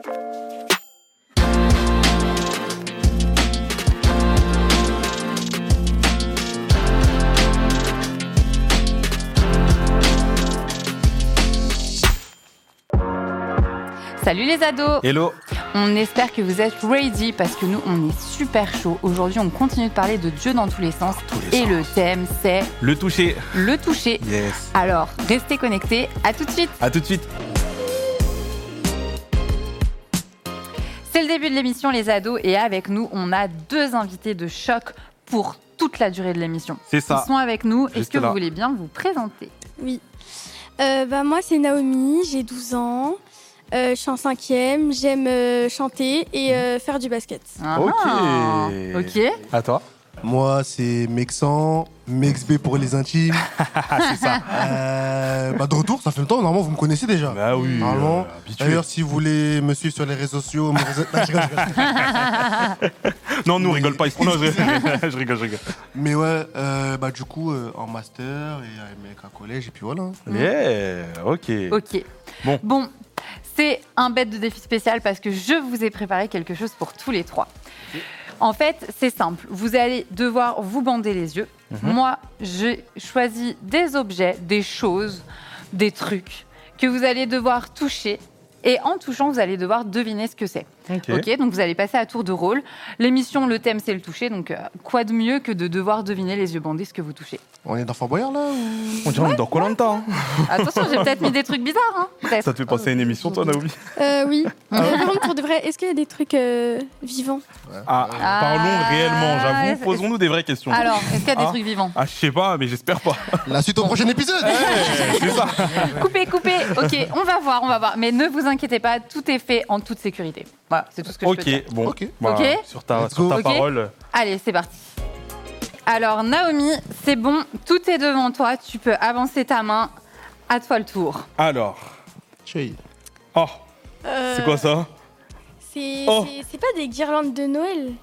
Salut les ados. Hello. On espère que vous êtes ready parce que nous, on est super chaud. Aujourd'hui, on continue de parler de Dieu dans tous les sens. Le thème, c'est... Le toucher. Le toucher. Yes. Alors, restez connectés. À tout de suite. À tout de suite. C'est le début de l'émission, les ados. Et avec nous, on a 2 invités de choc pour toute la durée de l'émission. C'est ça. Ils sont avec nous. Juste Est-ce que là. vous voulez bien vous présenter? Oui. Moi, c'est Naomi, j'ai 12 ans. Je suis en 5e, j'aime chanter et faire du basket. Ah, ok. À toi. Moi, c'est Mexan, MexB pour les intimes. C'est ça. De retour, ça fait longtemps. Normalement, vous me connaissez déjà. Bah oui. Normalement. Habitué. D'ailleurs, si vous voulez me suivre sur les réseaux sociaux, Non, je rigole. Non, nous, on rigole pas. Non, je rigole. Mais ouais, du coup, en master et avec un collège, et puis voilà. Yeah, ok. Ok. Bon, c'est un bête de défi spécial parce que je vous ai préparé quelque chose pour tous les 3. En fait, c'est simple. Vous allez devoir vous bander les yeux. Moi, j'ai choisi des objets, des choses, des trucs que vous allez devoir toucher. Et en touchant, vous allez devoir deviner ce que c'est. Ok, donc vous allez passer à tour de rôle. L'émission, le thème, c'est le toucher. Donc, quoi de mieux que de devoir deviner les yeux bandés ce que vous touchez? On est dans Fort Boyard, là ou... On dirait on est dans Koh-Lanta. Attention, j'ai peut-être mis des trucs bizarres. Peut-être. Ça te fait penser à une émission, toi, Naomi? Oui. Par contre, pour de vrai, est-ce qu'il y a des trucs vivants? Parlons réellement, j'avoue. ouais, Posons-nous des vraies questions. Alors, est-ce qu'il y a des trucs vivants? Je sais pas, mais j'espère pas. La suite au prochain épisode. C'est ça. Coupez. Ok, on va voir. Mais ne vous inquiétez pas, tout est fait en toute sécurité. Voilà, c'est tout ce que je peux dire. Bon. Ok. Bah, Ok. Sur ta Ok. parole. Allez, c'est parti. Alors, Naomi, c'est bon, tout est devant toi. Tu peux avancer ta main. À toi le tour. Alors. Chérie. Oh, c'est quoi ça? C'est Oh. c'est pas des guirlandes de Noël?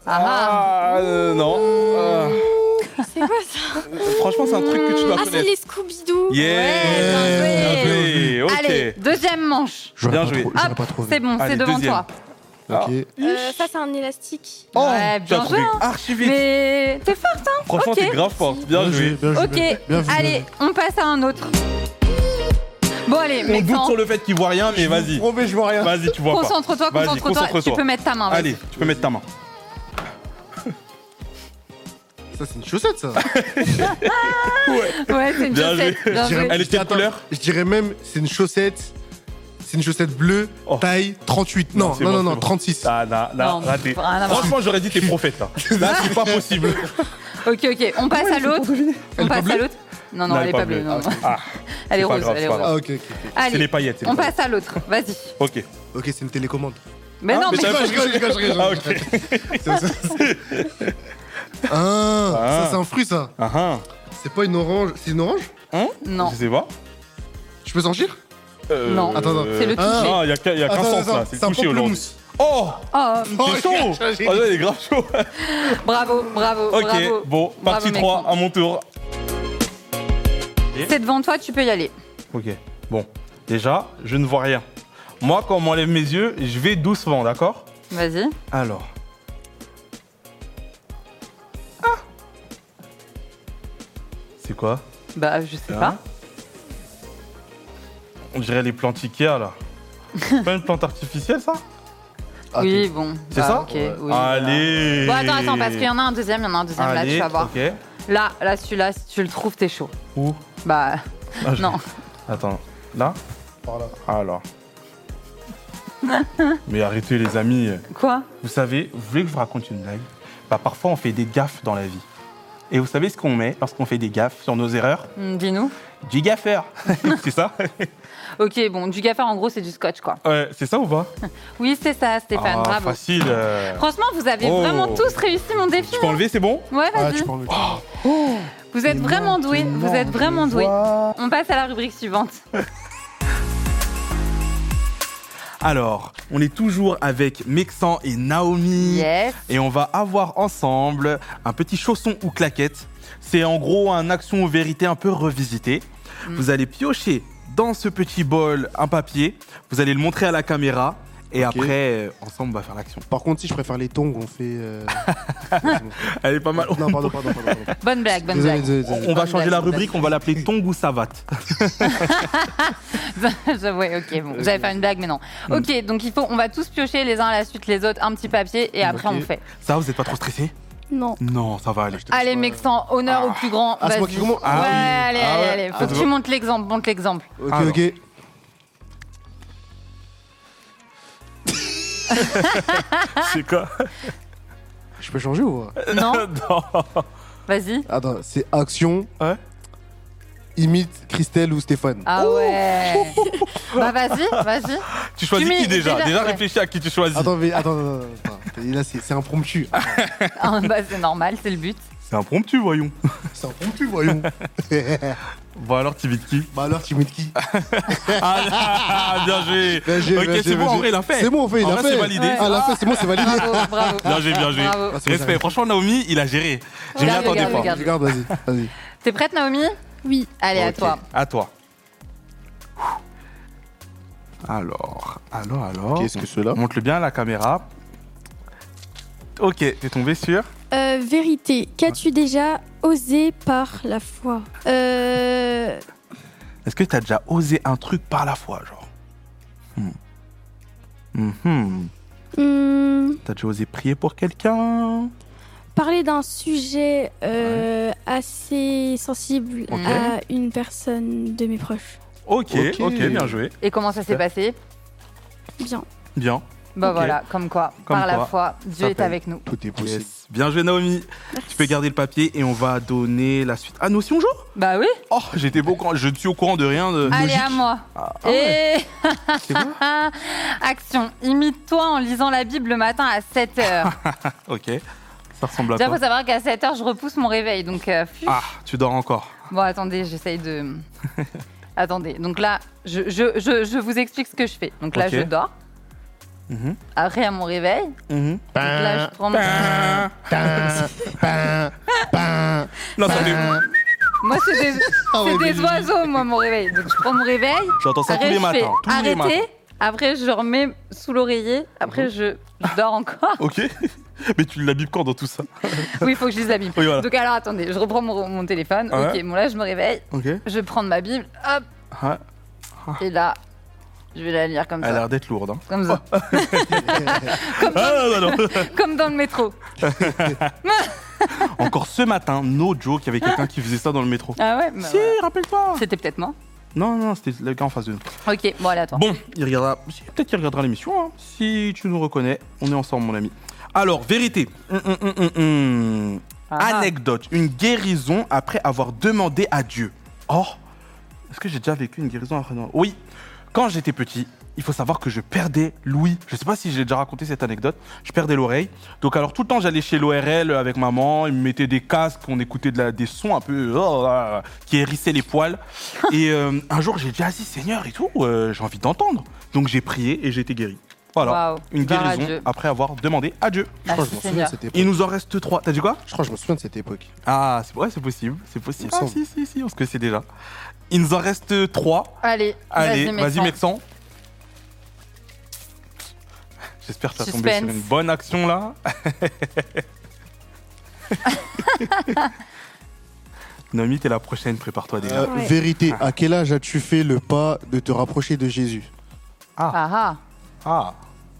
Non. C'est quoi ça? Franchement, c'est un truc que tu dois Ah, c'est connaître. les Scooby-Doo. Yeah. Bien joué. Ok. Allez, deuxième manche. Bien joué. J'aurais pas trouvé. C'est bon, Allez, c'est devant deuxième. toi. Ok. Ça, c'est un élastique. Ouais, tu as bien trouvé joué. Hein. archi vite. Mais t'es forte, hein? Franchement, Ok. t'es grave forte. Bien joué. Ok, allez, on passe à un autre. Bon, allez, On doute Mexan, sur le fait qu'il voit rien, mais vas-y. Promets, je vois rien. Vas-y, tu vois pas. concentre-toi. Vas-y, concentre-toi. Tu peux mettre ta main. vas-y. Allez, tu peux mettre ta main. Ça, c'est une chaussette, ça. Ouais, c'est une Bien chaussette. joué. Bien joué. Elle est de quelle Attends, couleur? Je dirais même, c'est une chaussette. C'est une chaussette bleue, Oh. taille 38. Non, c'est bon, c'est bon. 36. Là, Non, raté. rien à voir. Franchement, j'aurais dit t'es prophète, là. Là, c'est pas possible. Ok, on passe à l'autre. On passe à l'autre. Non, elle est pas bleue. Non. Elle est pas rose. grave, Elle est c'est pas rose. Ah, ok. Allez, C'est les paillettes. on passe à l'autre. Vas-y. Ok. Ok, c'est une télécommande. Mais non, mais mais ça- Je rigole. Ah, ok. Ça, c'est un fruit, ça. C'est pas une orange. C'est une orange? non. Je sais pas. Je peux sortir? Non. Attends. C'est le toucher. Non, il y a qu'un sens, là. C'est le toucher aujourd'hui. Oh, Oh, Oh, c'est chaud. Ah ouais, il est grave chaud. bravo. Ok, bon, partie Bravo, 3, Mexan. à mon tour. C'est devant toi, tu peux y aller. Ok, bon. Déjà, je ne vois rien. Moi, quand on m'enlève mes yeux, je vais doucement, d'accord? Vas-y. Alors. C'est quoi? Bah, je sais Hein? pas. On dirait les plantes Ikea, là. C'est pas une plante artificielle, ça? Oui, bon. C'est bah, ça? Ok, oui. Allez. Bon, attends, parce qu'il y en a un deuxième, là, Allez, tu vas voir. ok. Là, celui-là, si tu le trouves, t'es chaud. Où? Bah, Ah, non. Attends, là? Par là. Alors. Mais arrêtez, les amis. Quoi? Vous savez, vous voulez que je vous raconte une blague? Bah, parfois, on fait des gaffes dans la vie. Et vous savez ce qu'on met lorsqu'on fait des gaffes sur nos erreurs? Dis-nous. Du gaffeur. C'est ça? Ok, bon, du gaffeur, en gros, c'est du scotch, quoi. Ouais, c'est ça ou pas? Oui, c'est ça, Stéphane, bravo. Facile. Franchement, vous avez Oh. vraiment tous réussi mon défi. Tu peux enlever, c'est bon? Ouais, Ah, vas-y. tu peux enlever. Vous êtes vraiment doués. Vous êtes vraiment doués. On passe à la rubrique suivante. Alors, on est toujours avec Mexan et Naomi. Yes. Et on va avoir ensemble un petit chausson ou claquette. C'est en gros un action ou vérité un peu revisité. Vous allez piocher dans ce petit bol un papier. Vous allez le montrer à la caméra. Et Ok. après, ensemble, on va faire l'action. Par contre, si je préfère les tongs, on fait. Elle est pas mal. Non, pardon. Bonne blague, bonne Désolé, blague. désolé. On va Bonne changer blague, la bonne rubrique, on va l'appeler Tong ou Savate. Ouais, ok, bon. J'allais faire une blague, mais non. Ok, donc on va tous piocher les uns à la suite les autres un petit papier et après Ok. on fait. Ça, vous êtes pas trop stressé? Non. Non, ça va aller. Allez, mec, sans honneur au plus grand. Ah, c'est moi vas-y. qui commence. Ah ouais, oui. allez, Ah ouais. allez. Faut Ah, que c'est tu bon. montes l'exemple, monte l'exemple. Ok, Alors. ok. C'est quoi? Je peux changer ou pas? Non, Non. vas-y. Attends, c'est action. Ouais. Imite Christelle ou Stéphane. Ah ouais. Bah vas-y. Tu choisis Tu mets- qui déjà? Déjà ouais. réfléchis à qui tu choisis. Attends. Et là, c'est impromptu. Ah, bah c'est normal, c'est le but. C'est impromptu, voyons. C'est impromptu, voyons. Bon, alors, tu imites qui? Bah alors, tu imites qui? Ah, bien joué. Bien joué, Ok, bien c'est joué, bon, bien en joué. vrai, il a fait. C'est bon, en fait, il En a vrai, fait. c'est validé. Ouais. Ah, il a fait, c'est bon, c'est validé. Bravo. Bien joué, bien joué. Bravo. Ah, c'est Respect. bon. Franchement, Naomi, il a géré. Je m'y Regarde, attendais pas. regarde. Regarde, vas-y. T'es prête, Naomi? Oui. Allez, à Ok, toi. À toi. Alors. Qu'est-ce que cela? Montre-le bien à la caméra. Ok, t'es tombé sur. Vérité. Qu'as-tu déjà osé par la foi? Est-ce que t'as déjà osé un truc par la foi, genre? T'as déjà osé prier pour quelqu'un? Parler d'un sujet assez sensible Ok. à une personne de mes proches. Ok, Ok. bien joué. Et comment ça s'est passé? Bien. Bien. Bah Ok. voilà, comme quoi, Comme par la quoi, foi, Dieu ça est paye. avec nous. Tout est possible. Yes. Bien joué, Naomi. Tu peux garder le papier et on va donner la suite. Ah, nous aussi on joue? Bah oui. Oh, j'étais pas au courant. Je ne suis au courant de rien de Allez, logique. à moi. Ah, Et c'est bon. action. Imite-toi en lisant la Bible le matin à 7h. Ok. Ça ressemble à Déjà, quoi? faut savoir qu'à 7h, je repousse mon réveil. Donc, fuh. Ah, tu dors encore. Bon, attendez, j'essaye de... Attendez, donc là, je vous explique ce que je fais. Donc là, Ok. je dors. Mhm. Après, à mon réveil, donc là, je prends mon... Non, ça fait... Moi, c'est des, Ah ouais, c'est mais des oiseaux, moi, mon réveil. Donc, je prends mon réveil. J'entends ça tous Après, les je fais matins. Tous les matins. arrêter. Après, je remets sous l'oreiller. Après, je dors encore. Ok. Mais tu l'habilles quand dans tout ça? Oui, il faut que je lise la Bible. Oui, voilà. Donc, alors, attendez, je reprends mon téléphone. Ouais. Ok, bon, là, je me réveille. Ok. Je prends ma Bible. Hop. Ouais. Et là, je vais la lire comme Elle a ça. l'air d'être lourde. Hein. Comme ça. Ah, non. Comme dans le métro. Encore ce matin, no joke, il y avait quelqu'un qui faisait ça dans le métro. Ah ouais bah Si, voilà. rappelle-toi. C'était peut-être moi. Non, c'était le gars en face de nous. Ok, bon, allez, à toi. Bon, il regardera. Peut-être qu'il regardera l'émission. Hein. Si tu nous reconnais, on est ensemble, mon ami. Alors, vérité. Ah. Anecdote. Une guérison après avoir demandé à Dieu. Oh, est-ce que j'ai déjà vécu une guérison après? Non. Oui. Quand j'étais petit, il faut savoir que je perdais l'ouïe. Je sais pas si j'ai déjà raconté cette anecdote. Je perdais l'oreille. Donc alors tout le temps j'allais chez l'ORL avec maman. Ils me mettaient des casques, on écoutait des sons un peu qui hérissaient les poils. Et un jour j'ai dit ah si Seigneur et tout, j'ai envie d'entendre. Donc j'ai prié et j'ai été guéri. Voilà, Waouh. une Gloire à guérison Dieu. après avoir demandé à Dieu. Je crois que je Merci, m'en souviens de Seigneur. cette époque. Il nous en reste 3. T'as dit quoi? Je crois que je me souviens de cette époque. Ah c'est possible, c'est possible. Il me Ah semble. si, on se connaissait déjà. Il nous en reste 3. Allez, Allez, vas-y, Mexan. Mexan. J'espère que tu vas tomber sur Suspense. une bonne action là. Nomi, t'es la prochaine, prépare-toi déjà. Ouais. Vérité, à quel âge as-tu fait le pas de te rapprocher de Jésus? Ah Ah,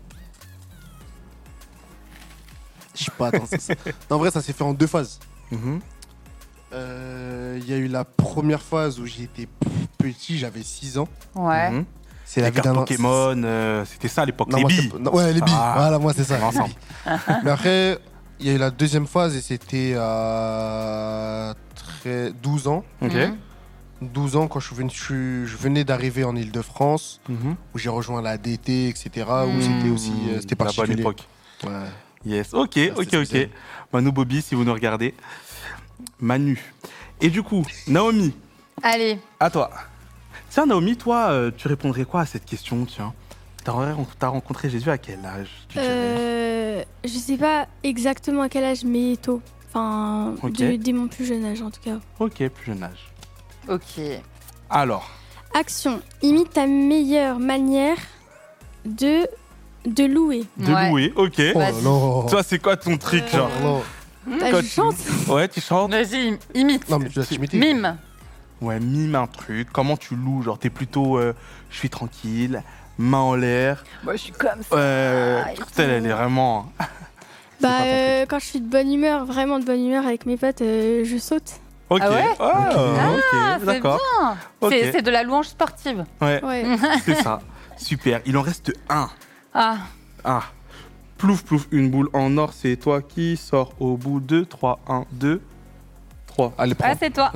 Je sais pas, attends. Non, en vrai, ça s'est fait en 2 phases. mhm. Il y a eu la première phase où j'étais petit, j'avais 6 ans. ah. Ouais. Mhm. C'est la Les vie cartes d'un Pokémon, c'était ça à l'époque, Non, les moi, billes. c'est pas- non, ouais, les billes. Ah. Voilà, moi, c'est ça. On est ensemble. Mais après, il y a eu la deuxième phase et c'était à 12 ans. Ok. Mhm. 12 ans, quand je venais d'arriver en Ile-de-France, Mhm. où j'ai rejoint la DT, etc., où Mhm. c'était aussi c'était la bonne particulier. époque. Ouais. Yes, ok. c'était spécial. Manu Bobby, si vous nous regardez. Manu. Et du coup, Naomi, Allez, à toi. Tiens, Naomi, toi, tu répondrais quoi à cette question, tiens? T'as rencontré Jésus à quel âge, tu dirais? Je sais pas exactement à quel âge, mais tôt. Enfin, Ok. dès mon plus jeune âge en tout cas. Ok, plus jeune âge. ok. Alors, Action. Imite ta meilleure manière de De louer. De Ouais. louer, ok. Oh là là. Toi, c'est quoi ton truc, genre Oh là. Bah, je chante. Ouais, tu chantes. Vas-y, imite. Non, mais tu vas t'imiter. Mime. Ouais, mime un truc. Comment tu loues? Genre, t'es plutôt, je suis tranquille, main en l'air. Moi, je suis comme ça. Et Elle est vraiment. Bah, pas ton truc. quand je suis de bonne humeur, vraiment de bonne humeur avec mes potes, je saute. Ok. Ah ouais ok, Ah, c'est d'accord. bien. Ok. C'est de la louange sportive. Ouais, Ouais. c'est ça. Super. Il en reste un. Ah, Ah. Plouf, plouf, une boule en or, c'est toi qui sors au bout de 3. 1, 2, 3. Allez, prends. ah c'est toi.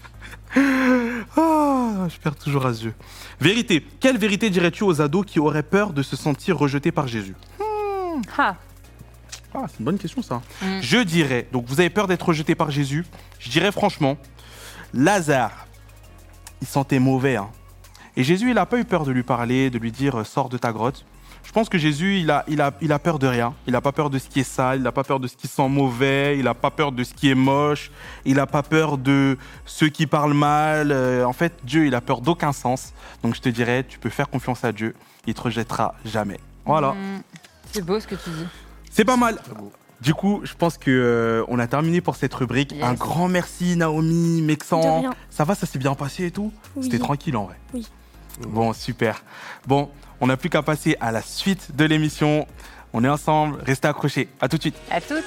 Ah, je perds toujours à ce jeu. Vérité. Quelle vérité dirais-tu aux ados qui auraient peur de se sentir rejetés par Jésus? Ah. Ah, c'est une bonne question, ça. Mm. Je dirais, donc vous avez peur d'être rejeté par Jésus, je dirais franchement, Lazare, il sentait mauvais. Hein. Et Jésus, il n'a pas eu peur de lui parler, de lui dire, sors de ta grotte. Je pense que Jésus, il a peur de rien. Il n'a pas peur de ce qui est sale, il n'a pas peur de ce qui sent mauvais, il n'a pas peur de ce qui est moche, il n'a pas peur de ceux qui parlent mal. En fait, Dieu, il a peur d'aucun sens. Donc je te dirais, tu peux faire confiance à Dieu, il te rejettera jamais. Voilà. C'est beau ce que tu dis. C'est pas mal. Très beau. Du coup, je pense que on a terminé pour cette rubrique. Yes. Un grand merci Naomi, De Mexan. rien. Ça va, ça s'est bien passé et tout? Oui. C'était tranquille en vrai. Oui. Bon, super. Bon, on n'a plus qu'à passer à la suite de l'émission. On est ensemble, restez accrochés. À tout de suite. À toutes.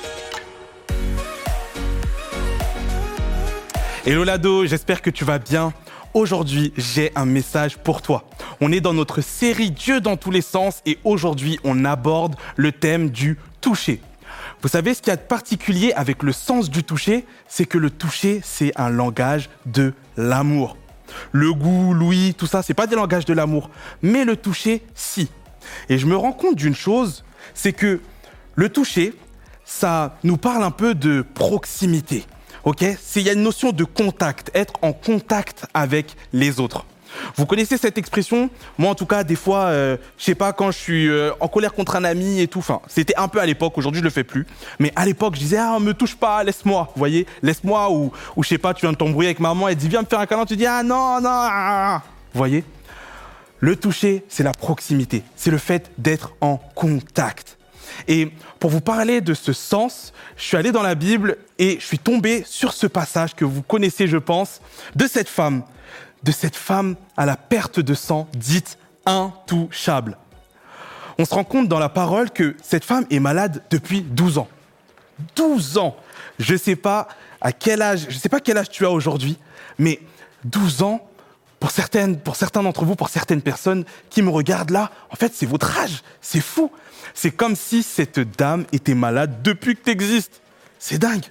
Hello Lado, j'espère que tu vas bien. Aujourd'hui, j'ai un message pour toi. On est dans notre série Dieu dans tous les sens et aujourd'hui, on aborde le thème du toucher. Vous savez ce qu'il y a de particulier avec le sens du toucher? C'est que le toucher, c'est un langage de l'amour. Le goût, l'ouïe, tout ça, c'est pas des langages de l'amour. Mais le toucher, si. Et je me rends compte d'une chose, c'est que le toucher, ça nous parle un peu de proximité. Ok, il y a une notion de contact, être en contact avec les autres. Vous connaissez cette expression? Moi, en tout cas, des fois, je sais pas, quand je suis en colère contre un ami et tout, enfin, c'était un peu à l'époque, aujourd'hui, je le fais plus. Mais à l'époque, je disais, ah, me touche pas, laisse-moi, vous voyez, laisse-moi, ou je sais pas, tu viens de t'embrouiller avec maman, elle dit, viens me faire un câlin, tu dis, ah, non, non, ah. Vous voyez? Le toucher, c'est la proximité, c'est le fait d'être en contact. Et pour vous parler de ce sens, je suis allé dans la Bible et je suis tombé sur ce passage que vous connaissez, je pense, de cette femme à la perte de sang dite intouchable. On se rend compte dans la parole que cette femme est malade depuis 12 ans. 12 ans! Je sais pas quel âge tu as aujourd'hui, mais 12 ans, pour certains d'entre vous, pour certaines personnes qui me regardent là, en fait, c'est votre âge. C'est fou. C'est comme si cette dame était malade depuis que tu existes. C'est dingue.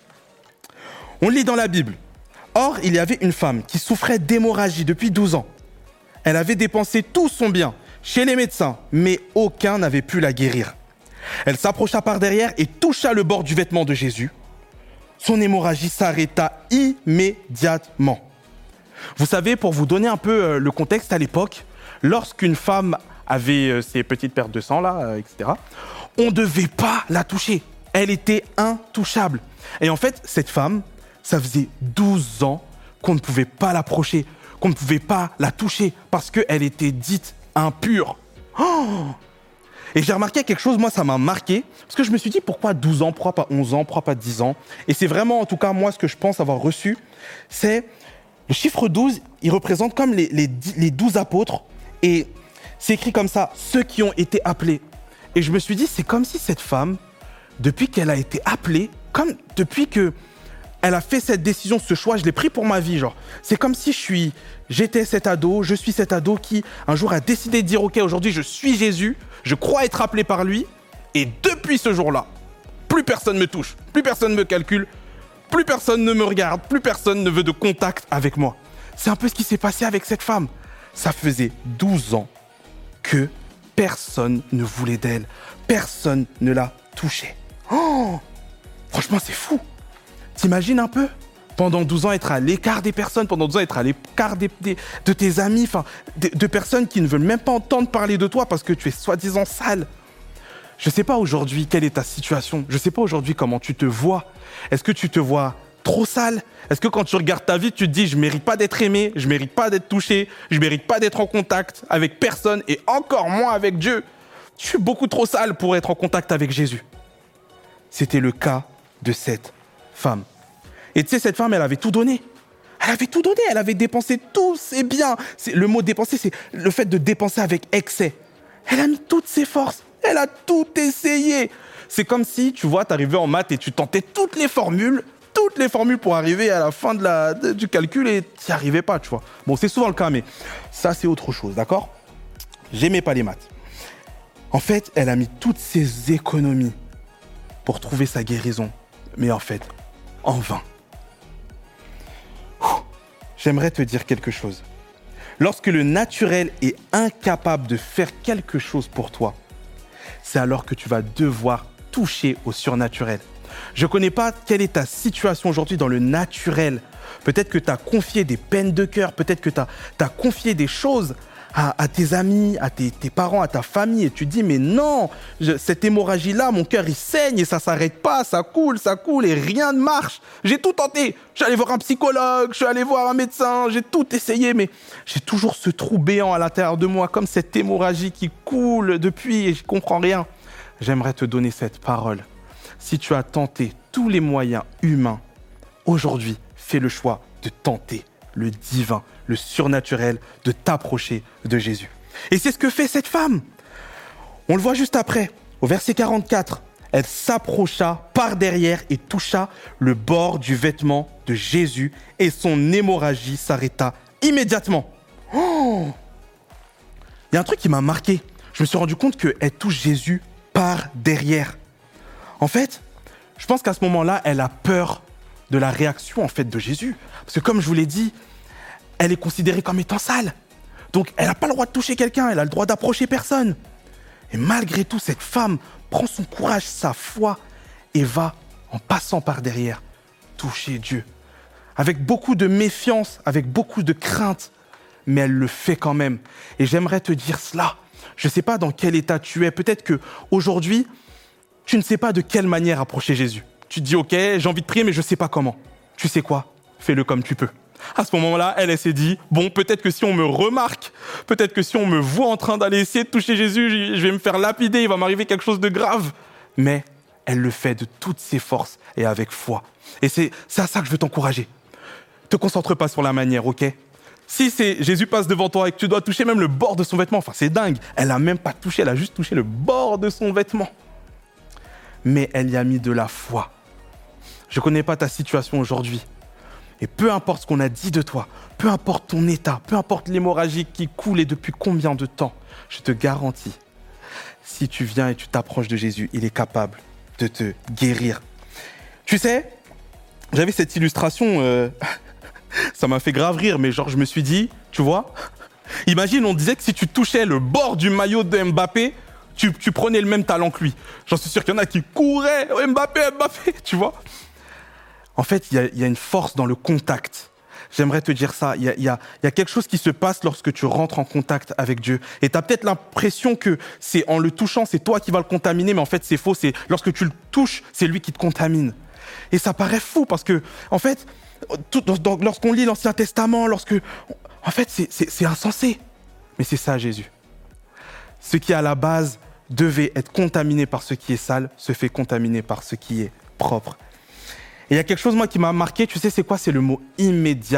On lit dans la Bible. Or, il y avait une femme qui souffrait d'hémorragie depuis 12 ans. Elle avait dépensé tout son bien chez les médecins, mais aucun n'avait pu la guérir. Elle s'approcha par derrière et toucha le bord du vêtement de Jésus. Son hémorragie s'arrêta immédiatement. Vous savez, pour vous donner un peu le contexte à l'époque, lorsqu'une femme avait ses petites pertes de sang, là, etc., on ne devait pas la toucher. Elle était intouchable. Et en fait, cette femme, ça faisait 12 ans qu'on ne pouvait pas l'approcher, qu'on ne pouvait pas la toucher, parce qu'elle était dite impure. Oh! Et j'ai remarqué quelque chose, moi ça m'a marqué, parce que je me suis dit pourquoi 12 ans, pourquoi pas 11 ans, pourquoi pas 10 ans? Et c'est vraiment, en tout cas, moi, ce que je pense avoir reçu, c'est le chiffre 12, il représente comme les 12 apôtres, et c'est écrit comme ça, ceux qui ont été appelés. Et je me suis dit, c'est comme si cette femme, depuis qu'elle a été appelée, comme depuis que elle a fait cette décision, ce choix, je l'ai pris pour ma vie, genre. C'est comme si j'étais cet ado, je suis cet ado qui, un jour, a décidé de dire, OK, aujourd'hui, je suis Jésus, je crois être appelé par lui, et depuis ce jour-là, plus personne me touche, plus personne me calcule, plus personne ne me regarde, plus personne ne veut de contact avec moi. C'est un peu ce qui s'est passé avec cette femme. Ça faisait 12 ans que personne ne voulait d'elle, personne ne la touchait. Oh! Franchement, c'est fou. T'imagines un peu? Pendant 12 ans, être à l'écart des personnes, pendant 12 ans, être à l'écart de tes amis, enfin, de personnes qui ne veulent même pas entendre parler de toi parce que tu es soi-disant sale. Je sais pas aujourd'hui quelle est ta situation. Je sais pas aujourd'hui comment tu te vois. Est-ce que tu te vois trop sale? Est-ce que quand tu regardes ta vie, tu te dis je mérite pas d'être aimé, je mérite pas d'être touché, je mérite pas d'être en contact avec personne et encore moins avec Dieu? Je suis beaucoup trop sale pour être en contact avec Jésus. C'était le cas de cette femme. Et tu sais, cette femme, elle avait tout donné. Elle avait tout donné, elle avait dépensé tous ses biens. Le mot dépenser, c'est le fait de dépenser avec excès. Elle a mis toutes ses forces, elle a tout essayé. C'est comme si, tu vois, tu arrivais en maths et tu tentais toutes les formules pour arriver à la fin du calcul et tu n'y arrivais pas, tu vois. Bon, c'est souvent le cas, mais ça, c'est autre chose, d'accord ? J'aimais pas les maths. En fait, elle a mis toutes ses économies pour trouver sa guérison, mais en fait, en vain. J'aimerais te dire quelque chose. Lorsque le naturel est incapable de faire quelque chose pour toi, c'est alors que tu vas devoir toucher au surnaturel. Je ne connais pas quelle est ta situation aujourd'hui dans le naturel. Peut-être que tu as confié des peines de cœur, peut-être que tu as confié des choses à tes amis, à tes parents, à ta famille, et tu te dis, mais non, cette hémorragie-là, mon cœur, il saigne et ça ne s'arrête pas, ça coule et rien ne marche. J'ai tout tenté. Je suis allé voir un psychologue, je suis allé voir un médecin, j'ai tout essayé, mais j'ai toujours ce trou béant à l'intérieur de moi, comme cette hémorragie qui coule depuis et je ne comprends rien. J'aimerais te donner cette parole. Si tu as tenté tous les moyens humains, aujourd'hui, fais le choix de tenter le divin, le surnaturel, de t'approcher de Jésus. Et c'est ce que fait cette femme. On le voit juste après, au verset 44. Elle s'approcha par derrière et toucha le bord du vêtement de Jésus et son hémorragie s'arrêta immédiatement. Oh ! Il y a un truc qui m'a marqué. Je me suis rendu compte qu'elle touche Jésus par derrière. En fait, je pense qu'à ce moment-là, elle a peur de la réaction en fait de Jésus. Parce que comme je vous l'ai dit, elle est considérée comme étant sale. Donc elle n'a pas le droit de toucher quelqu'un, elle a le droit d'approcher personne. Et malgré tout, cette femme prend son courage, sa foi et va, en passant par derrière, toucher Dieu. Avec beaucoup de méfiance, avec beaucoup de crainte, mais elle le fait quand même. Et j'aimerais te dire cela. Je ne sais pas dans quel état tu es. Peut-être qu'aujourd'hui, tu ne sais pas de quelle manière approcher Jésus. Tu te dis, ok, j'ai envie de prier, mais je ne sais pas comment. Tu sais quoi ? Fais-le comme tu peux. À ce moment-là, elle s'est dit, bon, peut-être que si on me remarque, peut-être que si on me voit en train d'aller essayer de toucher Jésus, je vais me faire lapider, il va m'arriver quelque chose de grave. Mais elle le fait de toutes ses forces et avec foi. Et c'est à ça que je veux t'encourager. Te concentre pas sur la manière, ok ? Si Jésus passe devant toi et que tu dois toucher même le bord de son vêtement, enfin c'est dingue, elle n'a même pas touché, elle a juste touché le bord de son vêtement. Mais elle y a mis de la foi. Je ne connais pas ta situation aujourd'hui. Et peu importe ce qu'on a dit de toi, peu importe ton état, peu importe l'hémorragie qui coule et depuis combien de temps, je te garantis, si tu viens et tu t'approches de Jésus, il est capable de te guérir. Tu sais, j'avais cette illustration, ça m'a fait grave rire, mais genre je me suis dit, tu vois, imagine on disait que si tu touchais le bord du maillot de Mbappé, tu prenais le même talent que lui. J'en suis sûr qu'il y en a qui couraient, oh, Mbappé, tu vois. En fait, il y a une force dans le contact. J'aimerais te dire ça. Il y a quelque chose qui se passe lorsque tu rentres en contact avec Dieu. Et tu as peut-être l'impression que c'est en le touchant, c'est toi qui vas le contaminer, mais en fait, c'est faux. C'est lorsque tu le touches, c'est lui qui te contamine. Et ça paraît fou parce que, en fait, lorsqu'on lit l'Ancien Testament, en fait, c'est insensé. Mais c'est ça, Jésus. Ce qui, à la base, devait être contaminé par ce qui est sale, se fait contaminer par ce qui est propre. Et il y a quelque chose, moi, qui m'a marqué, tu sais, c'est quoi ? C'est le mot « immédiatement ».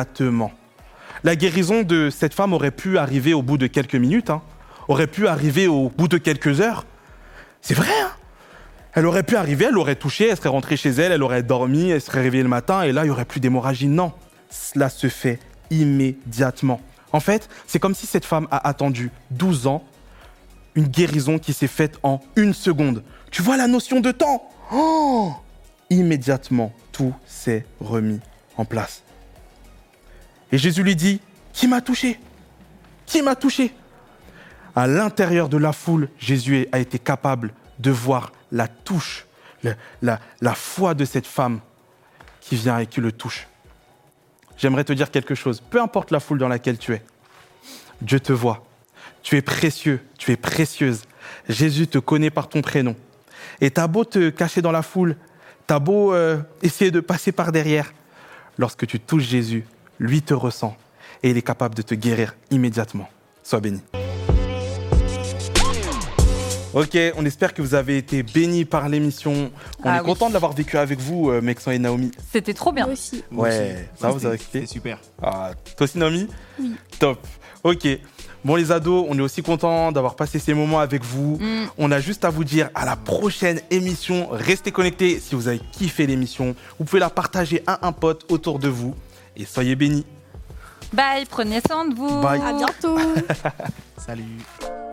La guérison de cette femme aurait pu arriver au bout de quelques minutes, aurait pu arriver au bout de quelques heures. C'est vrai, Elle aurait pu arriver, elle aurait touché, elle serait rentrée chez elle, elle aurait dormi, elle serait réveillée le matin, et là, il n'y aurait plus d'hémorragie. Non, cela se fait immédiatement. En fait, c'est comme si cette femme a attendu 12 ans, une guérison qui s'est faite en 1 seconde. Tu vois la notion de temps ? Oh ! Immédiatement, tout s'est remis en place. Et Jésus lui dit, « Qui m'a touché ? Qui m'a touché ?» À l'intérieur de la foule, Jésus a été capable de voir la touche, la foi de cette femme qui vient et qui le touche. J'aimerais te dire quelque chose. Peu importe la foule dans laquelle tu es, Dieu te voit. Tu es précieux, tu es précieuse. Jésus te connaît par ton prénom. Et t'as beau te cacher dans la foule, t'as beau essayer de passer par derrière. Lorsque tu touches Jésus, lui te ressent et il est capable de te guérir immédiatement. Sois béni. Ok, on espère que vous avez été bénis par l'émission. On est content de l'avoir vécu avec vous, Mexan et Naomi. C'était trop bien. Moi aussi. Ouais, ça va, vous avez kiffé? C'est super. Ah, toi aussi, Naomi? Oui. Top. Ok. Bon, les ados, on est aussi content d'avoir passé ces moments avec vous. On a juste à vous dire à la prochaine émission. Restez connectés si vous avez kiffé l'émission. Vous pouvez la partager à un pote autour de vous. Et soyez bénis. Bye, prenez soin de vous. Bye. À bientôt. Salut.